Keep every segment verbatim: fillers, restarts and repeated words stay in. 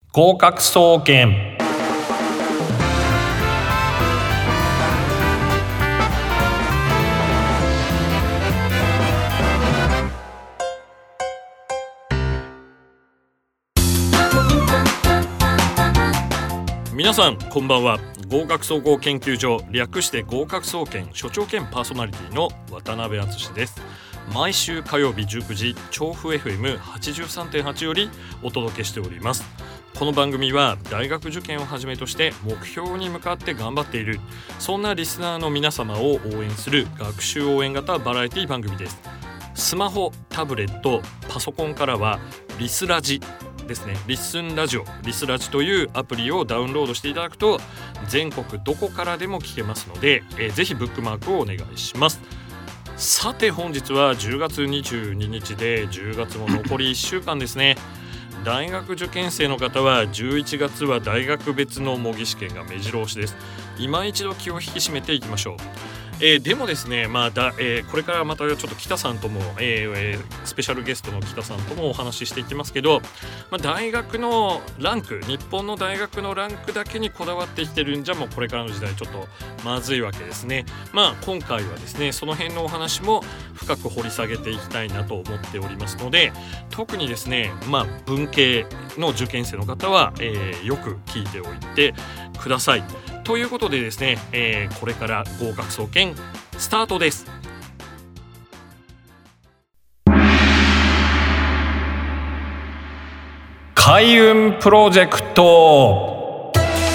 合格総研。皆さんこんばんは。合格総合研究所、略して合格総研所長兼パーソナリティの渡辺敦です。毎週火曜日じゅうくじ、調布 エフエムはちじゅうさんてんはち よりお届けしております。この番組は大学受験をはじめとして目標に向かって頑張っている、そんなリスナーの皆様を応援する学習応援型バラエティ番組です。スマホ、タブレット、パソコンからはリスラジですね、リッスンラジオ、リスラジというアプリをダウンロードしていただくと全国どこからでも聞けますので、えー、ぜひブックマークをお願いします。さて本日はじゅうがつにじゅうににちでじゅうがつも残りいっしゅうかんですね。大学受験生の方はじゅういちがつは大学別の模擬試験が目白押しです。今一度気を引き締めていきましょう。えー、でもですね、まあだえー、これからまたちょっと北さんとも、えー、スペシャルゲストの北さんともお話ししていきますけど、まあ、大学のランク、日本の大学のランクだけにこだわってきてるんじゃもうこれからの時代ちょっとまずいわけですね。まあ今回はですねその辺のお話も深く掘り下げていきたいなと思っておりますので、特にですね、まあ、文系の受験生の方は、えー、よく聞いておいてください。ということでですね、えー、これから合格総研スタートです。開運プロジェクト。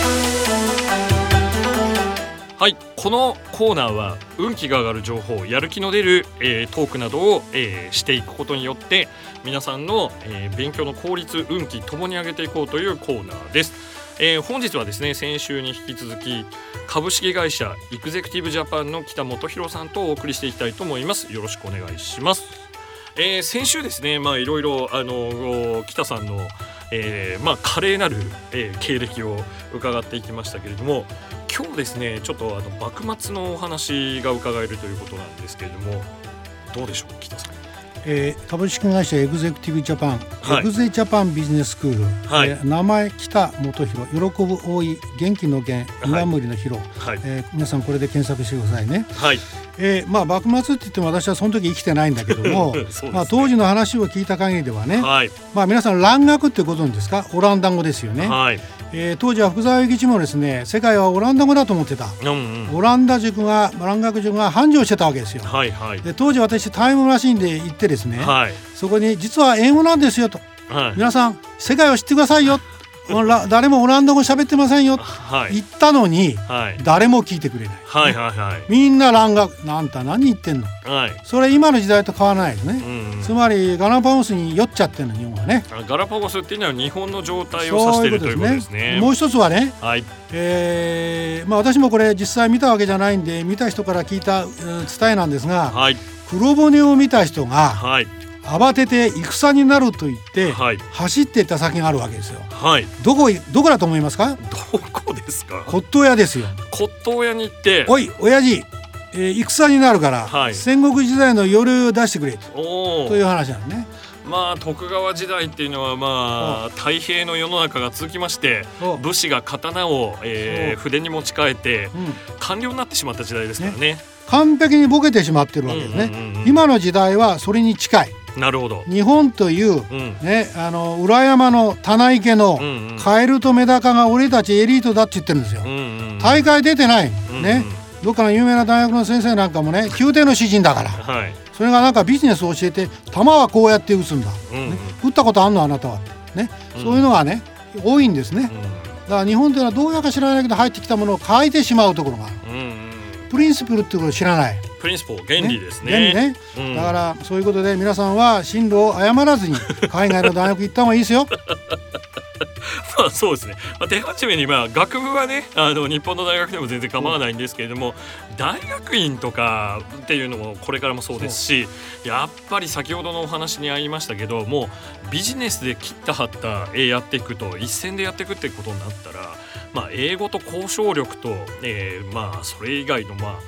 はい、このコーナーは運気が上がる情報、やる気の出る、えー、トークなどを、えー、していくことによって皆さんの、えー、勉強の効率、運気ともに上げていこうというコーナーです。えー、本日はですね先週に引き続き株式会社エグゼクティブジャパンの北本博さんとお送りしていきたいと思います。よろしくお願いします。えー、先週ですね、まあいろいろあの北さんの、えー、まあ華麗なる、えー、経歴を伺っていきましたけれども、今日ですねちょっとあの幕末のお話が伺えるということなんですけれども、どうでしょう北さん。 えー、株式会社エグゼクティブジャパン、はい、エグゼジャパンビジネススクール、はい、えー、名前北本博、喜ぶ多い元気の元、岩森の博、はい、えー、皆さんこれで検索してくださいね。はい、えー、まあ幕末って言っても私はその時生きてないんだけども、ね、まあ、当時の話を聞いた限りではね、はい、まあ、皆さん蘭学ってご存知ですか。オランダ語ですよね。はい、えー、当時は福沢諭吉もですね世界はオランダ語だと思ってた、うんうん、オランダ塾が蘭学塾が繁盛してたわけですよ。はいはい、で当時私タイムマシンで行ってですね、はい、そこに実は英語なんですよと、はい、皆さん世界を知ってくださいよ誰もオランダ語喋ってませんよ、はい、言ったのに、はい、誰も聞いてくれない、はいはいはい、みんな蘭学なんた何言ってんの、はい、それ今の時代と変わらないですね、うんうん、つまりガラパゴスに酔っちゃってるの日本はね。ガラパゴスっていうのは日本の状態を指しているということですね。もう一つはね、はい、えーまあ、私もこれ実際見たわけじゃないんで見た人から聞いた、うん、伝えなんですが、はい、黒船を見た人が、はい、慌てて戦になると言って、はい、走っていった先があるわけですよ。はい、どこどこだと思いますか。 どこですか。 骨董屋ですよ。 骨董屋に行って、 おい親父、えー、戦になるから、はい、戦国時代の鎧を出してくれと、という話なのね。 まあ徳川時代っていうのはまあ太平の世の中が続きまして、武士が刀を、えー、筆に持ち替えて、うん、官僚になってしまった時代ですからね。ね、 完璧にボケてしまってるわけですね、うんうんうんうん、今の時代はそれに近い。 なるほど。 日本という、うん、ね、あの裏山の棚池の、うんうん、カエルとメダカが俺たちエリートだって言ってるんですよ、うんうんうん、大会出てない、うんうん、ね、どっかの有名な大学の先生なんかもね宮廷の詩人だから、はい、それがなんかビジネスを教えて球はこうやって打つんだ、うんうん、ね、打ったことあんのあなたはって、ね、うん、そういうのがね多いんですね、うん、だから日本というのはどうやか知らないけど入ってきたものを変えてしまうところがある、うんうん、プリンシプルっていうことを知らない。 プリンシポー、原理ですね。 ね、原理ね、うん、だからそういうことで皆さんは進路を誤らずに海外の大学行った方がいいですよ。 まあそうですね、まあ、手始めにまあ学部はねあの日本の大学でも全然構わないんですけれども、大学院とかっていうのもこれからもそうですし、やっぱり先ほどのお話にありましたけどもうビジネスで切った張ったやっていくと一線でやっていくってことになったら、まあ、英語と交渉力と、えー、まあそれ以外のまあ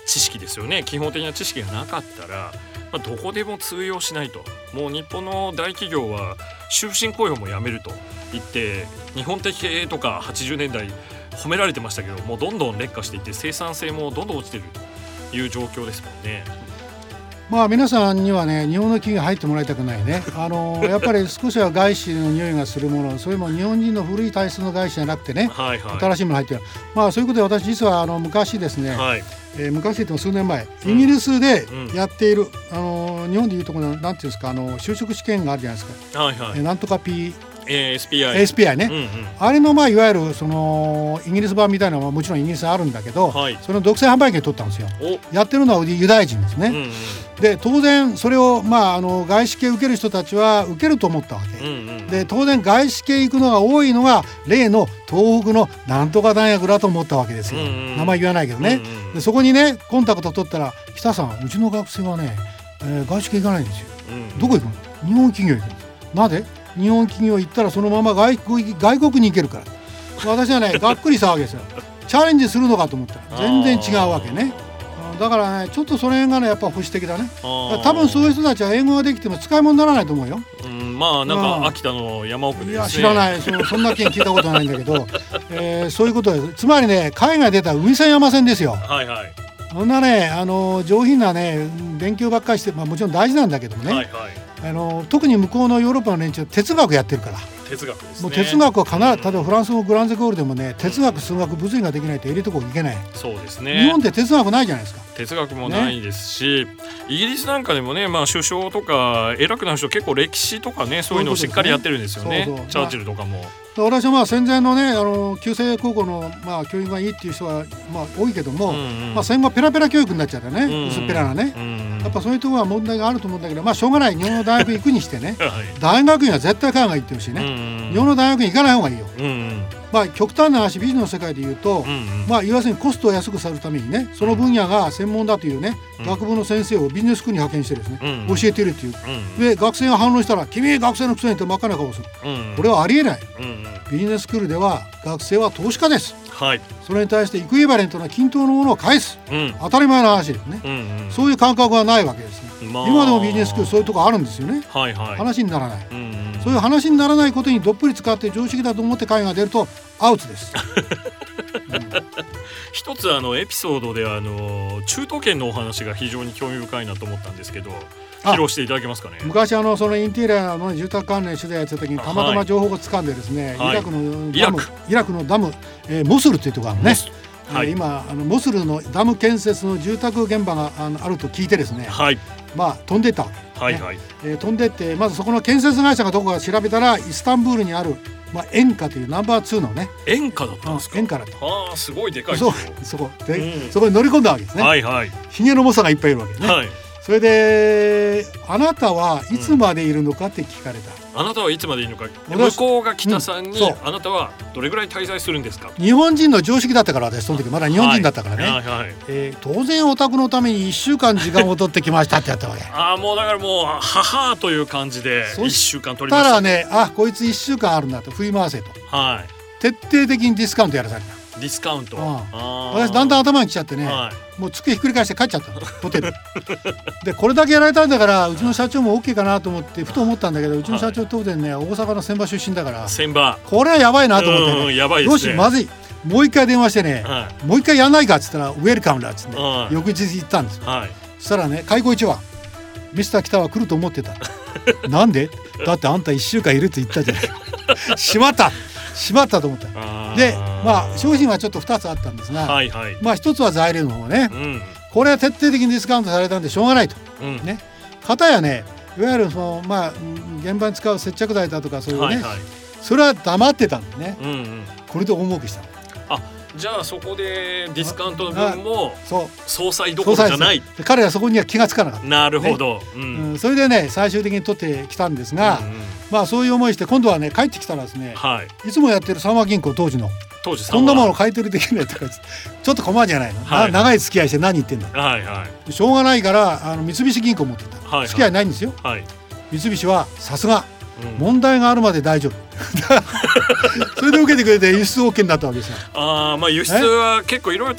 知識ですよね。基本的な知識がなかったら、まあ、どこでも通用しないと。もう日本の大企業は終身雇用もやめると言って、日本的経営とかはちじゅうねんだい褒められてましたけど、もうどんどん劣化していって生産性もどんどん落ちてるという状況ですもんね。 まあ皆さんにはね、日本の企業入ってもらいたくないね。あのやっぱり少しは外資の匂いがするもの、それも日本人の古い体質の外資じゃなくてね、はいはい、新しいもの入ってる。まあそういうことで私実はあの昔ですね、はい、えー、昔といっても数年前、イギリスでやっている、うん、あの日本でいうところのなんていうんですか、あの就職試験があるじゃないですか。はいはい、えー、なんとか P エスピーアイ, エスピーアイ ね、うんうん、あれのまあいわゆるそのイギリス版みたいなのはもちろんイギリスあるんだけど、はい、その独占販売権取ったんですよ。やってるのはユダヤ人ですね、うんうん、で当然それをまああの外資系受ける人たちは受けると思ったわけ、うんうん、で当然外資系行くのが多いのが例の東北のなんとか大学だと思ったわけですよ、うんうん、名前言わないけどね、うんうん、でそこにねコンタクト取ったら、北さんうちの学生はね、えー、外資系行かないんですよ、うんうん、どこ行くの？日本企業行くの。なぜ？日本企業行ったらそのまま 外国、外国に行けるから。私はねがっくりしたわけですよ。チャレンジするのかと思ったら全然違うわけね。だからねちょっとその辺がねやっぱ保守的だね。多分そういう人たちは英語ができても使い物にならないと思うよ。 うん、まあなんか秋田の山奥ですね。いや知らない、 そ, そんな件聞いたことないんだけど、えー、そういうことです。つまりね海外出たら海線山線ですよ。はいはい。そんなねあの上品なね勉強ばっかりして、まあ、もちろん大事なんだけどもね、はいはい、あの特に向こうのヨーロッパの連中は哲学やってるから。 哲学ですね。 もう哲学は必ず、例えばフランスのグランゼコールでもね、哲学数学物理ができないとエリート国行けない。 そうですね。 日本って哲学ないじゃないですか。 哲学もないですし、ね、イギリスなんかでもね、まあ、首相とか偉くなる人結構歴史とかねそういうのをしっかりやってるんですよね。そうそうそう、チャーチルとかも。 私はまあ戦前のねあの旧制高校のまあ教育がいいっていう人はまあ多いけども、うんうん、まあ、戦後ペラペラ教育になっちゃったね、うんうん、薄っぺらなね、うんうん、やっぱそういうところは問題があると思うんだけど、まあしょうがない。日本の大学行くにしてね、はい、大学院は絶対海外行ってほしいね、うんうん、日本の大学院行かない方がいいよ、うんうん、まあ極端な話ビジネスの世界で言うと、うんうん、まあ要するにコストを安くするためにねその分野が専門だというね、うん、学部の先生をビジネススクールに派遣してですね、うんうん、教えているっていう、うんうん、で学生が反論したら君学生のくせにって真っ赤な顔をする、うんうん、これはありえない、うんうん、ビジネススクールでは学生は投資家です、はい、それに対してイクイバレントな均等のものを返す、うん、当たり前の話ですね、うんうん、そういう感覚はないわけですね、まあ、今でもビジネススクールそういうところあるんですよね、はいはい、話にならない、うんうん、そういう話にならないことにどっぷり使って常識だと思って海外が出るとアウトです、 うん、一つあのエピソードであの中東圏のお話が非常に興味深いなと思ったんですけど、披露していただけますかね。 昔あのそのインテリアの住宅関連取材やってた時にたまたま情報をつかんでですね、はい、イラクのダム、イラクのダム、えー、モスルっていうところがあるね、はい、今あのモスルのダム建設の住宅現場が あ, のあると聞いてですね、はい、まあ飛んでったわけ、はいはい、えー、飛んでってまずそこの建設会社がどこか調べたらイスタンブールにある、まあ、エンカというナンバーツーのね、 エンカだったんですか。 エンカだった。 ああすごいでかい。 そうそこで、うん、そこに乗り込んだわけですね。はいはい。ヒゲの猛者がいっぱいいるわけね。はい。それであなたはいつまでいるのかって聞かれた、 うん、あなたはいつまでいるのか。向こうが北さんに、うん、あなたはどれぐらい滞在するんですか。 日本人の常識だったから私その時まだ日本人だったからね、はいはいはい、えー、当然お宅のためにいっしゅうかん時間を取ってきましたってやったわけああもうだからもう母という感じでいっしゅうかん取りました。 たらね、あこいついっしゅうかんあるんだと振り回せと、はい、徹底的にディスカウントやらされた。 ディスカウント、うん、 あ私だんだん頭にきちゃってね、はい、もう机ひっくり返して帰っちゃったのホテルでこれだけやられたんだからうちの社長も OK かなと思ってふと思ったんだけど、うちの社長当然ね大阪の船場出身だから船場これはやばいなと思ってね、うん、やばいですね、よしまずいもう一回電話してね、はい、もう一回やんないかっつったらウェルカムだっつって、はい、翌日行ったんですよ、はい、そしたらね開口一番ミスター北は来ると思ってたなんでだってあんたいっしゅうかんいるって言ったじゃないしまったしまったと思った。でまあ商品はちょっとふたつあったんですが、はいはい、まあひとつは材料の方ね、うん、これは徹底的にディスカウントされたんでしょうがないと、うん、ね、かたやねいわゆるそのまあ現場に使う接着剤だとかそういうね、はいはい、それは黙ってたんでね、うんうん、これで大儲けした。 あじゃあそこでディスカウントの分も総裁どころじゃない。 彼はそこには気がつかなかった。 なるほど、ね、 うんうん、それでね最終的に取ってきたんですが、うんうん、まあそういう思いして今度はね帰ってきたらですね、はい、いつもやってる三和銀行当時の当時そんなもの買い取りできないとかちょっと困るじゃないの、はい、長い付き合いして何言ってんだ、はいはい、しょうがないからあの三菱銀行持ってた、はいはい、付き合いないんですよ、はい、三菱はさすが問題があるまで大丈夫それで受けてくれて輸出 OK になったわけですよ。 あまあ輸出は結構いろいろ大変なん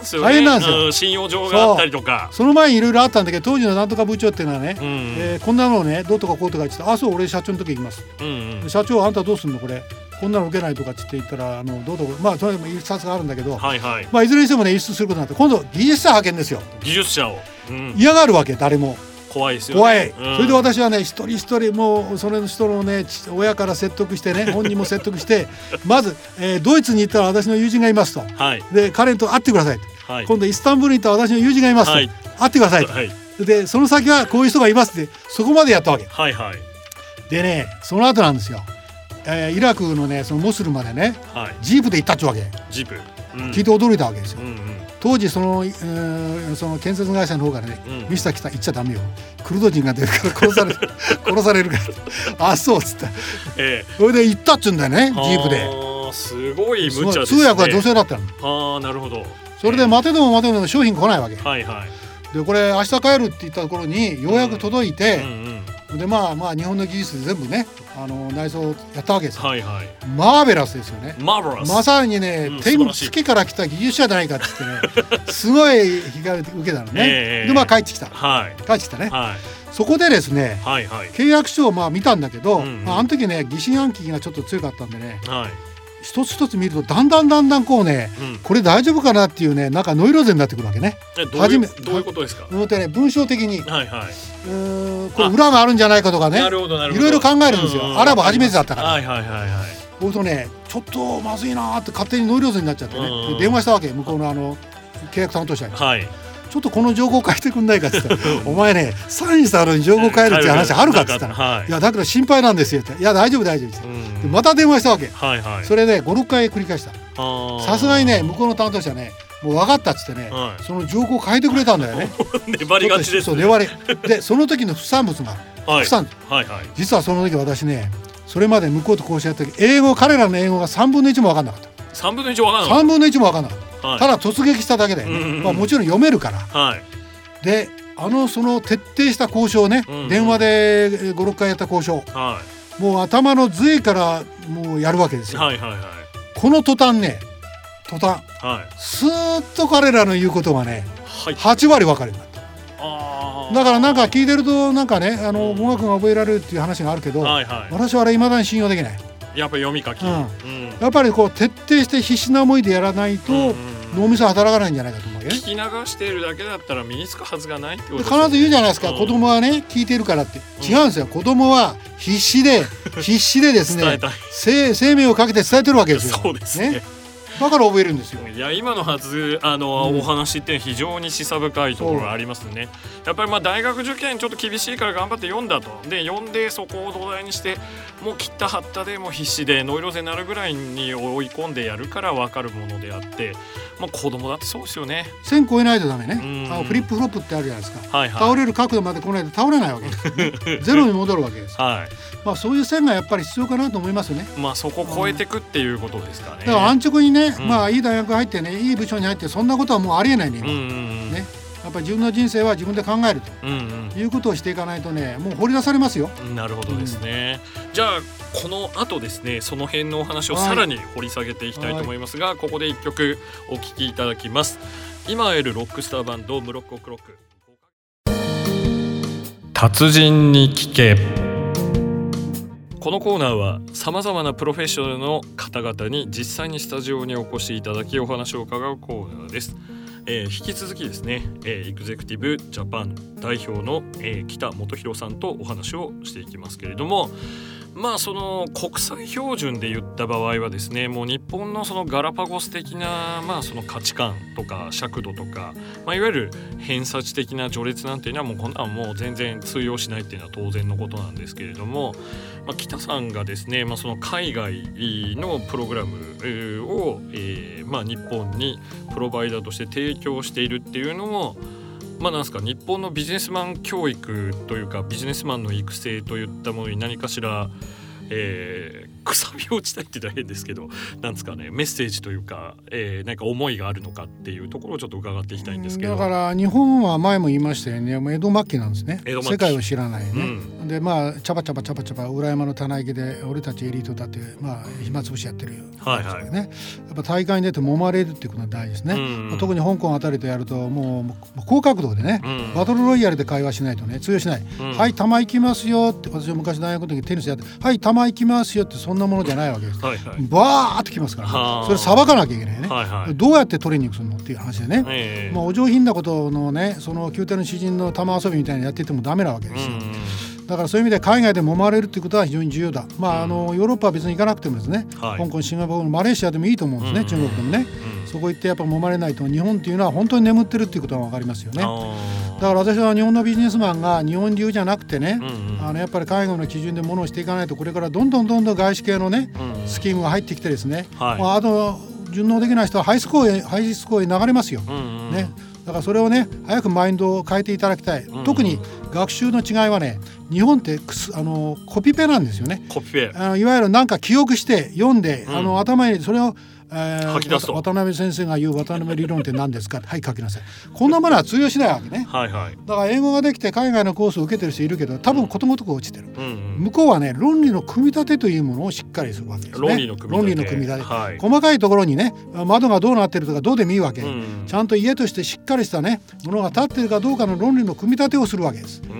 ですよね。 大変なんですよ、 うん、信用状があったりとか。 そ, その前にいろいろあったんだけど、当時のなんとか部長っていうのはね、 うん、 えー、こんなのをねどうとかこうとか言ってた。あ、そう、俺社長の時行きます、うんうん、社長あんたどうすんのこれ、こんなの受けないとかって言ったら、あのどうとか、まあそれもいさつがあるんだけど、 はいはい、 まあ、いずれにしてもね輸出することになって、今度技術者派遣ですよ。 技術者を、うん、 嫌がるわけ、誰も。 怖いですよね。 怖い、 うん、 それで私はね一人一人もうそれの人のね親から説得してね本人も説得してまず、えー、ドイツに行ったら私の友人がいますと、はい、で彼と会ってくださいと、はい、今度イスタンブールに行ったら私の友人がいますと、はい、会ってくださいと、はい、でその先はこういう人がいますって、そこまでやったわけ、はいはい、でねその後なんですよ、えー、イラクのねそのモスルまでね、はい、ジープで行ったっちゅうわけ。 ジープ、うん、 聞いて驚いたわけですよ、うんうん、当時その、えー、その建設会社の方からね、うん、ミスター来た行っちゃダメよ、クルド人が出るから殺される殺されるからあ、そうっつって、ええ、それで行ったっちゅうんだよね、ジープで。 すごい無茶ですね。 通訳は女性だったの。 ああ、なるほど。 それで待てども待てども商品来ないわけ、 はいはい、でこれ明日帰るって言ったところにようやく届いて、うんうんうん、でまあまあ日本の技術で全部ねあの内装やったわけですよ、はいはい、マーベラスですよね。 マーベラス、 まさにね、うん、天月から来た技術者じゃないかって言ってねすごい被害を受けたのね、えー、でまあ帰ってきた、はい、帰ってきたね、はい、そこでですね、はいはい、契約書をまあ見たんだけど、うんうん、まあ、あの時ね疑心暗鬼がちょっと強かったんでね、はい、一つ一つ見るとだんだんだんだんこうね、うん、これ大丈夫かなっていうね、なんかノイローゼになってくるわけね。 えどういう、どういうことですか。 うんとね、文章的に、はいはい、うーんこれ裏があるんじゃないかとかね、いろいろ考えるんですよ、うんうん、アラブ初めてだったから。はいはいはいはい、そうするとねちょっとまずいなって勝手にノイローゼになっちゃってね、うんうん、電話したわけ、向こうのあの契約担当者に、はい、ちょっとこの情報変えてくんないかって言ったらお前ねサインしたのに情報変えるって話あるかって言ったら、はい、いやだけど心配なんですよって、いや大丈夫大丈夫って、うん、また電話したわけ、はいはい、それでごろっかい繰り返した。さすがにね向こうの担当者ねもう分かったっつってね、はい、その情報を変えてくれたんだよね粘りがちですね。 そう粘りでその時の副産物が、はい、副産物、はいはい、実はその時私ねそれまで向こうと交渉やった時英語彼らの英語がさんぶんのいちも分かんなかった。 さんぶんのいちも分かんなかった。 さんぶんのいちも分かんなかった、はい、ただ突撃しただけで、ね、うんうんうん、まあ、もちろん読めるから、はい、であのその徹底した交渉ね、うんうん、電話でごろっかいやった交渉、はい、もう頭の髄からもうやるわけですよ、はいはいはい、この途端ね途端、はい、スーッと彼らの言うことがね、はい、はちわり分かるようになった。あだからなんか聞いてるとなんかねあの語学が覚えられるっていう話があるけど、はいはい、私はあれ未だに信用できない。 やっぱり読み書き、うんうん、 やっぱりこう徹底して必死な思いでやらないと、うんうん、脳みそ働かないんじゃないかと思うよ。 聞き流しているだけだったら身につくはずがないってことですよね。必ず言うじゃないですか、うん、子供はね聞いてるからって、うん、違うんですよ。子供は必死で必死でですね生, 生命をかけて伝えてるわけですよ。 そうですね、ね、 だから覚えるんですよ。 いや今のはずあの、うん、お話って非常に示唆深いところがありますね。やっぱりまあ大学受験ちょっと厳しいから頑張って読んだと。で読んでそこを土台にしてもう切った張ったでもう必死でノイローゼになるぐらいに追い込んでやるから分かるものであって、まあ、子供だってそうですよね。 線超えないとダメね。あのフリップフロップってあるじゃないですか、はいはい、倒れる角度まで来ないと倒れないわけですねゼロに戻るわけです、はい、まあ、そういう線がやっぱり必要かなと思いますよね。 まあそこを超えていくっていうことですかね。 だから安直にね、うん、まあいい大学入ってねいい部署に入ってそんなことはもうありえないね今、うんうんうん、ね、やっぱり自分の人生は自分で考えると、うんうん、いうことをしていかないとねもう掘り出されますよ。 なるほどですね、うん、じゃあこの後ですねその辺のお話をさらに掘り下げていきたいと思いますが、はい、ここで一曲お聴きいただきます。今会えるロックスターバンドムロッコクロック、達人に聞け。このコーナーはさまざまなプロフェッショナルの方々に実際にスタジオにお越しいただきお話を伺うコーナーです。えー、引き続きですね、えー、エグゼクティブジャパン代表の、えー、北元弘さんとお話をしていきますけれども、まあその国際標準で言った場合はですねもう日本のそのガラパゴス的なまあその価値観とか尺度とか、まあ、いわゆる偏差値的な序列なんていうのはもうこんなんもう全然通用しないっていうのは当然のことなんですけれども、まあ、北さんがですね、まあ、その海外のプログラムを、えーまあ、日本にプロバイダーとして提供しているっていうのもまあなんですか日本のビジネスマン教育というかビジネスマンの育成といったものに何かしら、えー、 くさびを打ちたいって言ったら変ですけど、なんですかね、メッセージというか、えー、なんか思いがあるのかっていうところをちょっと伺っていきたいんですけど。 だから日本は前も言いましたよね、江戸末期なんですね。世界を知らないね、うん、でまあチャバチャバチャバチャバ裏山の棚池で俺たちエリートだってまあ暇つぶしやってるよ、はいはいね、やっぱ大会に出て揉まれるっていうことが大事ですね、うんまあ、特に香港あたりとやるともう高角度でね、うん、バトルロイヤルで会話しないとね通用しない、うん、はい球行きますよって、私は昔大学の時テニスやってはい球行きますよって、そんなものじゃないわけです、はいはい、バーってきますから、ね、それさばかなきゃいけないね、はいはい、どうやってトレーニングするのっていう話でね、えーまあ、お上品なことのね、その宮廷の詩人の玉遊びみたいにやっててもダメなわけですよ、うん、だからそういう意味で海外で揉まれるっていうことは非常に重要だ。まああのヨーロッパは別に行かなくてもですね、はい、香港、シンガポール、マレーシアでもいいと思うんですね、うん、中国でもね、うん、そこ行ってやっぱ揉まれないと日本っていうのは本当に眠ってるっていうことが分かりますよね。だから私は日本のビジネスマンが日本流じゃなくてね、うんうん、あのやっぱり海外の基準で物をしていかないと、これからどんどんどんどん外資系のね、うん、スキームが入ってきてですね、はい、まあ、あと順応できない人はハイスコアへハイスコアへ流れますよ、うんうんね、だからそれをね早くマインドを変えていただきたい、うんうん、特に学習の違いはね、日本ってあのコピペなんですよね。 コピペ、 あのいわゆるなんか記憶して読んで、うん、あの頭にそれをえー、 吐き出すと、 渡辺先生が言う渡辺理論って何ですかはい書きなさい。こんなものは通用しないわけね、はいはい、だから英語ができて海外のコースを受けてる人いるけど多分ことごとく落ちてる、うんうん、向こうはね論理の組み立てというものをしっかりするわけですね。 論理の組み立て、 組み立て、はい、細かいところにね窓がどうなってるとかどうでもいいわけ、うん、ちゃんと家としてしっかりしたねものが立ってるかどうかの論理の組み立てをするわけです、うん、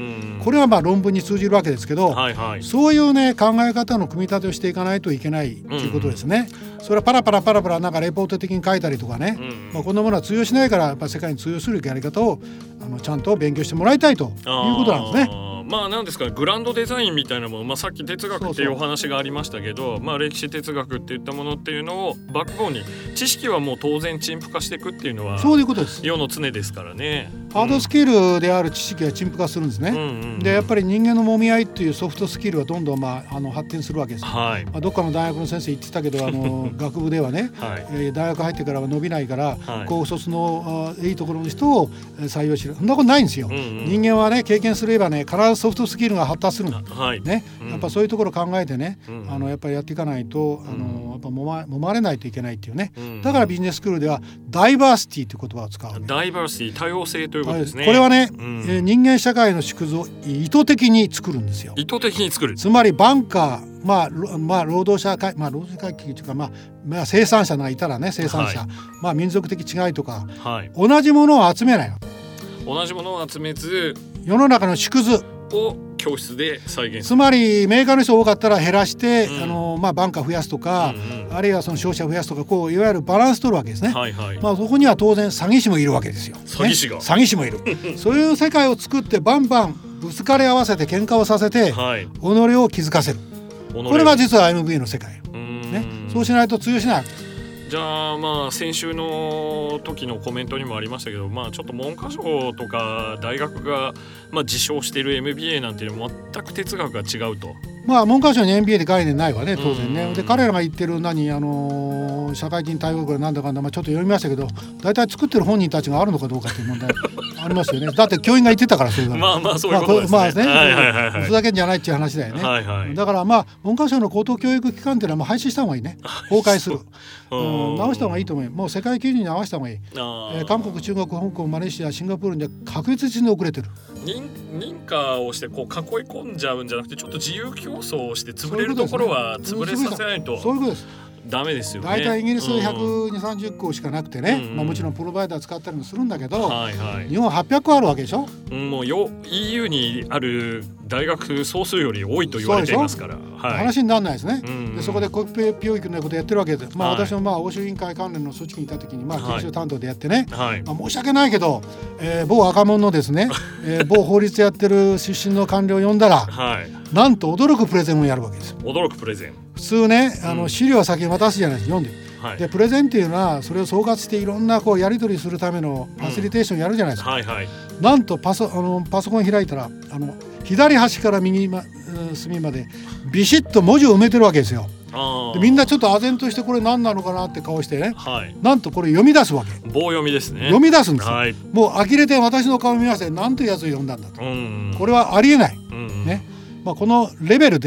これはまあ論文に通じるわけですけど、はいはい、そういうね考え方の組み立てをしていかないといけないということですね、うん、それはパラパラパラパラなんかレポート的に書いたりとかね、うんまあ、こんなものは通用しないからやっぱ世界に通用するやり方をあのちゃんと勉強してもらいたいということなんですね。 まあなんですか、グランドデザインみたいなもの、まあ、さっき哲学っていうお話がありましたけど、そうそう、まあ、歴史哲学っていったものっていうのをバックボーンに知識はもう当然陳腐化していくっていうのはそういうことです。 世の常ですからね。 ハードスキルである知識は陳腐化するんですね、うんうんうん、でやっぱり人間の揉み合いっていうソフトスキルはどんどん、まあ、あの発展するわけです、はいまあ、どっかの大学の先生言ってたけどあの学部ではね、はいえー、大学入ってからは伸びないから、はい、高卒のいいところの人を採用しろ、そんなことないんですよ、うんうん、人間はね経験すればね必ずソフトスキルが発達するの、はいねうん、やっぱそういうところを考えてね、うん、あのやっぱりやっていかないと、うん、あのやっぱ揉ま、揉まれないといけないっていうね、うん、だからビジネススクールではダイバーシティという言葉を使う。 ダイバーシティ、多様性ということですね。 これはね、うんえー、人間社会の縮図を意図的に作るんですよ。 意図的に作る、 つまりバンカー、まあまあ、労働者会、まあ、労働者会というか、まあまあ、生産者がいたらね生産者、はいまあ、民族的違いとか、はい、同じものを集めないよ。 同じものを集めず世の中の縮図を教室で再現する。 つまりメーカーの人多かったら減らして、うんあのまあ、バンカー増やすとか、うんうん、あるいはその消費者増やすとかこういわゆるバランス取るわけですね、はいはいまあ、そこには当然詐欺師もいるわけですよ。 詐欺師が、 ね、詐欺師もいるそういう世界を作ってバンバンぶつかり合わせて喧嘩をさせて、はい、己を気づかせる。これが実は エムビーエー の世界、ね、そうしないと通用しない。 じゃあまあ先週の時のコメントにもありましたけど、まあちょっと文科省とか大学がまあ自称している エムビーエー なんていうのは全く哲学が違うと。 まあ文科省に エムビーエー で概念ないわね当然ね。で彼らが言ってる何あの社会人対応学なんだかんだ、まあ、ちょっと読みましたけど大体作ってる本人たちがあるのかどうかという問題ありますよね。だって教員が言ってたからそういうのまあまあそういうことですね。まあね、はいはいはいはい、 ふざけんじゃないっていう話だよね、はいはい、だからまあ文科省の高等教育機関っていうのはもう廃止した方がいいね。崩壊するうん、直した方がいいと思う。もう世界基準に合わせた方がいい。えー、韓国、中国、香港、マレーシア、シンガポールで確実に遅れてる。 認, 認可をしてこう囲い込んじゃうんじゃなくてちょっと自由競争をして潰れるところは潰れさせないとそういうことです。 ダメですよね。 大体イギリスひゃくにじゅう、さんじゅっこしかなくてね、うんまあ、もちろんプロバイダー使ったりもするんだけど、はいはい、日本ははっぴゃっこあるわけでしょ、 うん、もうよ イーユー にある大学総数より多いと言われていますから、はい、 話にならないですね、うんうん、でそこでコピペ教育のことやってるわけです、まあ、私もまあ欧州委員会関連の組織にいた時にまあ研修担当でやってね、はいまあ、申し訳ないけど、えー、某若者のですね、えー、某法律やってる出身の官僚を呼んだら、はい、なんと驚くプレゼンをやるわけですよ。 驚くプレゼン、 普通ねあの資料は先に渡すじゃないですか、読んではい、でプレゼンっていうのはそれを総括していろんなこうやり取りするためのファシリテーションやるじゃないですか、うんはいはい、なんとパソ、あのパソコン開いたらあの左端から右、ま、隅までビシッと文字を埋めてるわけですよ。でみんなちょっと唖然としてこれ何なのかなって顔してね、はい、なんとこれ読み出すわけ。 棒読みですね。 読み出すんですよ、はい、もう呆れて私の顔見まして何というやつを読んだんだと、うんうん、これはありえない、うんうんねまあ、このレベルです。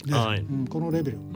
で、はい、うん、このレベル、うんうん、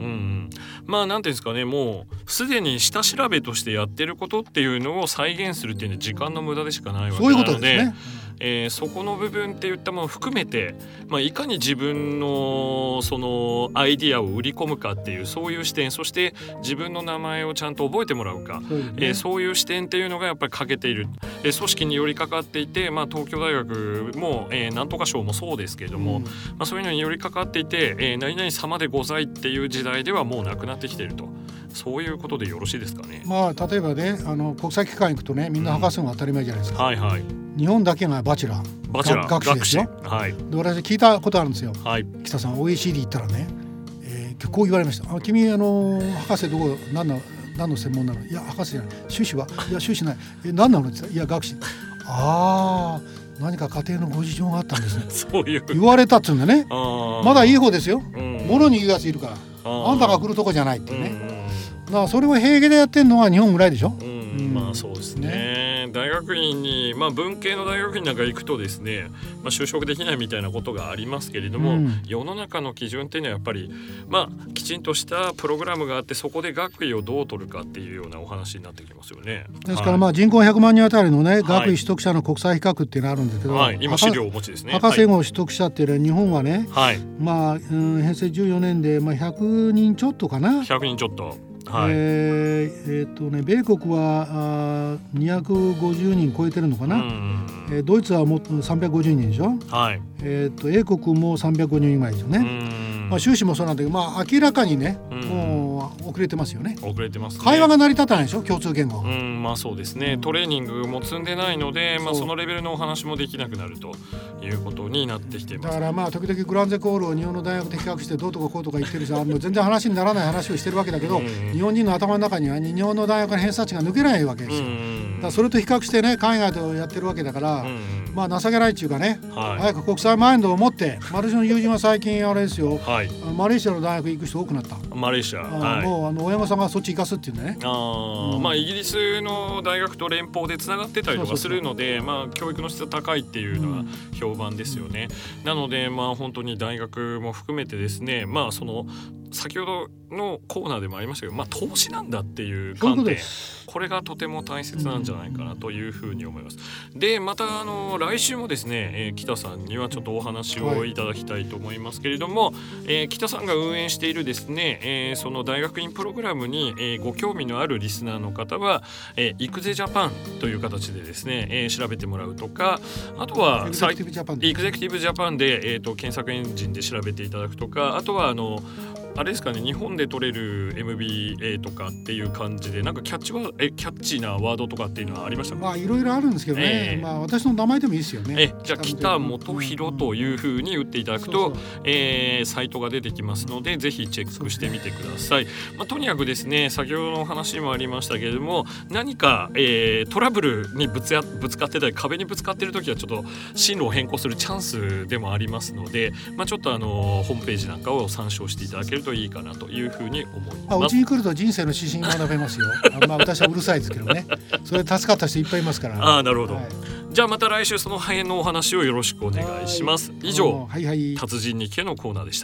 まあなんていうんですかね、もうすでに下調べとしてやってることっていうのを再現するっていうのは時間の無駄でしかないわけなので、そういうことですね。えー、そこの部分っていったものを含めて、まあ、いかに自分のそのアイディアを売り込むかっていうそういう視点、そして自分の名前をちゃんと覚えてもらうか、そうですね、えー、そういう視点っていうのがやっぱり欠けている、えー、組織に寄りかかっていて、まあ、東京大学も、えー、なんとか賞もそうですけれども、うん、まあ、そういうのに寄りかかっていて、えー、何々様でございっていう時代ではもうなくなってきていると、そういうことでよろしいですかね。 まあ、例えばね、あの国際機関行くとね、みんな博士が当たり前じゃないですか、うん、はいはい、日本だけがバチェラーバチェラー学士ですよ、はい、で私聞いたことあるんですよ、はい、北さん オーイーシーディー 行ったらね、えー、こう言われました。あ、君あの博士どこ何の何の専門なの。いや博士じゃない。修士は。いや修士ない。え何なのって言ったら、いや学士。ああ、何か家庭のご事情があったんですね。そういう言われたっつうんだね。まだいい方ですよ。ものに言うやついるから、あんたが来るとこじゃないっていうね。だからそれを平気でやってるのは日本ぐらいでしょ。 うん、まあそうですね。ね、大学院に、まあ、文系の大学院なんか行くとですね、まあ、就職できないみたいなことがありますけれども、うん、世の中の基準っていうのはやっぱり、まあ、きちんとしたプログラムがあって、そこで学位をどう取るかっていうようなお話になってきますよね。 ですから、まあ、人口ひゃくまんにんあたりの、ね、学位取得者の国際比較っていうのがあるんだけど、 はい、今資料をお持ちですね。 博士号取得者っていうのは日本はね、はい、まあ、うん、へいせいじゅうよねんで、まあ、ひゃくにんちょっとかな。 ひゃくにんちょっと、はい、 えーえーとね、米国はあにひゃくごじゅうにん超えてるのかな、うん、えー、ドイツはもうさんびゃくごじゅうにんでしょ、はい、えーと英国もさんびゃくごじゅうにんぐらいですよね。うん、まあ、修士もそうなんだけど、まあ、明らかにね、うん、もう遅れてますよね。 遅れてますね。 会話が成り立たないでしょ、共通言語。 うん、まあそうですね、トレーニングも積んでないので、まあ、そのレベルのお話もできなくなるということになってきています。 だからまあ時々グランゼコールを日本の大学で比較してどうとかこうとか言ってる人は全然話にならない話をしてるわけだけど、うん、日本人の頭の中には日本の大学の偏差値が抜けないわけですよ。うん、だからそれと比較してね、海外とやってるわけだから、うん、まあ情けないっていうかね、はい、早く国際マインドを持って、私の友人は最近あれですよ、はい、マレーシアの大学行く人多くなった。 マレーシア、はい、 もうあの親御さんがそっち行かすっていうね。 あ、うん、まあイギリスの大学と連邦でつながってたりとかするので、まあ教育の質が高いっていうのは評判ですよね。うん、なのでまあ本当に大学も含めてですね、まあその先ほどのコーナーでもありましたけど、まあ、投資なんだっていう観点、これがとても大切なんじゃないかなというふうに思います。でまたあの来週もですね、えー、北さんにはちょっとお話をいただきたいと思いますけれども、はい、えー、北さんが運営しているですね、えー、その大学院プログラムに、えー、ご興味のあるリスナーの方は、えー、イクゼジャパンという形でですね、えー、調べてもらうとか、あとはエグゼクティブジャパンで、エグゼクティブジャパンで、えー、と検索エンジンで調べていただくとか、あとはあのあれですかね、日本で取れる エムビーエー とかっていう感じで、なんかキャッチはえキャッチーなワードとかっていうのはありましたか？ まあいろいろあるんですけどね、えーまあ、私の名前でもいいですよね。 えじゃあ北元弘というふうに打っていただくと、そうそう、えー、サイトが出てきますので、ぜひチェックしてみてください。まあ、とにかくですね、先ほどのお話にもありましたけれども、何か、えー、トラブルにぶつやぶつかってたり壁にぶつかっているときはちょっと進路を変更するチャンスでもありますので、まあ、ちょっとあのホームページなんかを参照していただけるといいかなというふうに思います。 まあ、うちに来ると人生の指針学べますよ。あまあ私はうるさいですけどね、それで助かった人いっぱいいますから、ね、 ああなるほど、はい、じゃあまた来週その辺のお話をよろしくお願いします。以上、はいはい、達人日記のコーナーでした。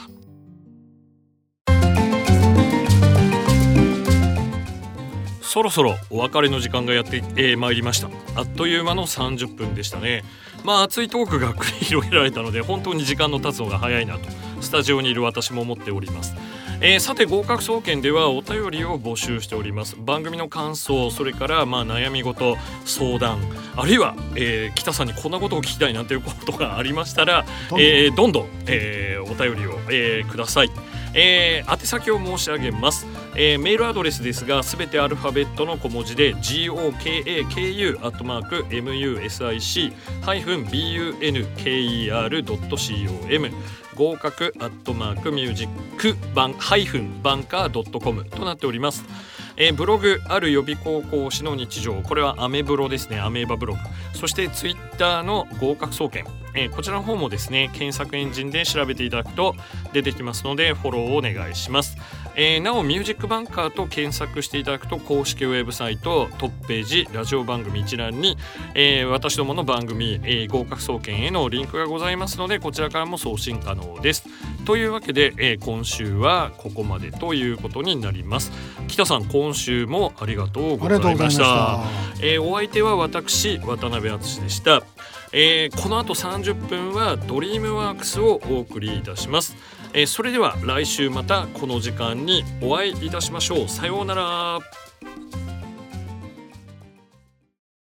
そろそろお別れの時間がやって、えー、まいりました。あっという間のさんじゅっぷんでしたね。まあ熱いトークが繰り広げられたので、本当に時間の経つのが早いなとスタジオにいる私も思っております。えー、さて合格総研ではお便りを募集しております。番組の感想、それからまあ悩み事、相談、あるいは、えー、北さんにこんなことを聞きたいなんていうことがありましたら、どんどん、えー、どんどん、えー、お便りを、えー、ください。えー、宛先を申し上げます。えー、メールアドレスですが、すべてアルファベットの小文字で ゴカク アットマーク ムユーエスアイシー ビーユーエヌケーイーアール ドット コム 合格アットマークミュージックバンハイフンバンカー ドット コム となっております。えー、ブログある予備高校師の日常、これはアメブロですね、アメーバブログ。そしてツイッターの合格総研、 えー、こちらの方もですね検索エンジンで調べていただくと出てきますのでフォローをお願いします。えー、なおミュージックバンカーと検索していただくと公式ウェブサイトトップページラジオ番組一覧に、えー、私どもの番組、えー、合格総研へのリンクがございますのでこちらからも送信可能です。というわけで、えー、今週はここまでということになります。北さん今週もありがとうございました。えー、お相手は私渡辺敦でした。えー、この後さんじゅっぷんはドリームワークスをお送りいたします。えー、それでは来週またこの時間にお会いいたしましょう。さようなら。